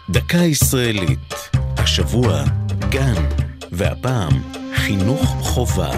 דקה ישראלית, השבוע גן, והפעם חינוך חובה.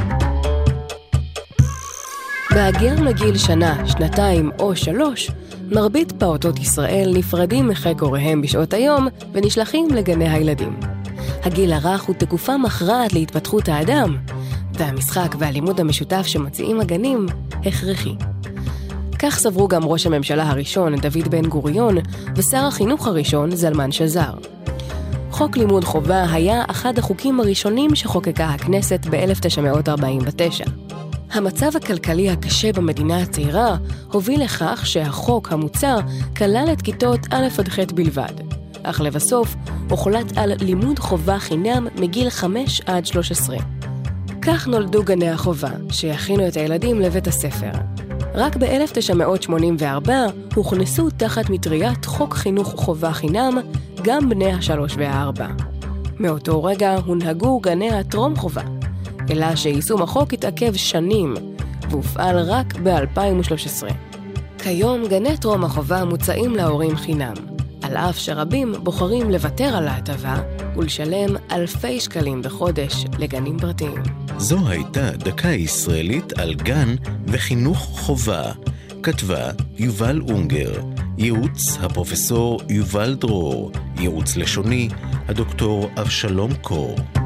בהגיע מגיל שנה, שנתיים או 3, מרבית פעוטות ישראל נפרדים מחיק הוריהם בשעות היום ונשלחים לגני הילדים. הגיל הרך הוא תקופה מכרעת להתפתחות האדם, והמשחק והלימוד המשותף שמציעים הגנים הכרחי. כך סברו גם ראש הממשלה הראשון, דוד בן גוריון, ושר החינוך הראשון, זלמן שזר. חוק לימוד חובה היה אחד החוקים הראשונים שחוקקה הכנסת ב-1949. המצב הכלכלי הקשה במדינה הצעירה הוביל לכך שהחוק המוצע כלל את כיתות א' עד ח' בלבד. אך לבסוף הוחלט על לימוד חובה חינם מגיל 5 עד 13. כך נולדו גני החובה, שיכינו את הילדים לבית הספר. רק ב-1984 הוכנסו תחת מטריית חוק חינוך חובה חינם גם בני 3 ו-4. מאותו רגע הונהגו גני הטרום חובה, אלא שיישום החוק התעכב שנים, והופעל רק ב-2013. כיום גני טרום החובה מוצאים להורים חינם, על אף שרבים בוחרים לוותר על ההטבה ולשלם אלפי שקלים בחודש לגנים פרטיים. זו הייתה דקה ישראלית על גן וחינוך חובה. כתבה יובל אונגר, ייעוץ הפרופסור יובל דרור, ייעוץ לשוני הדוקטור אבשלום קור.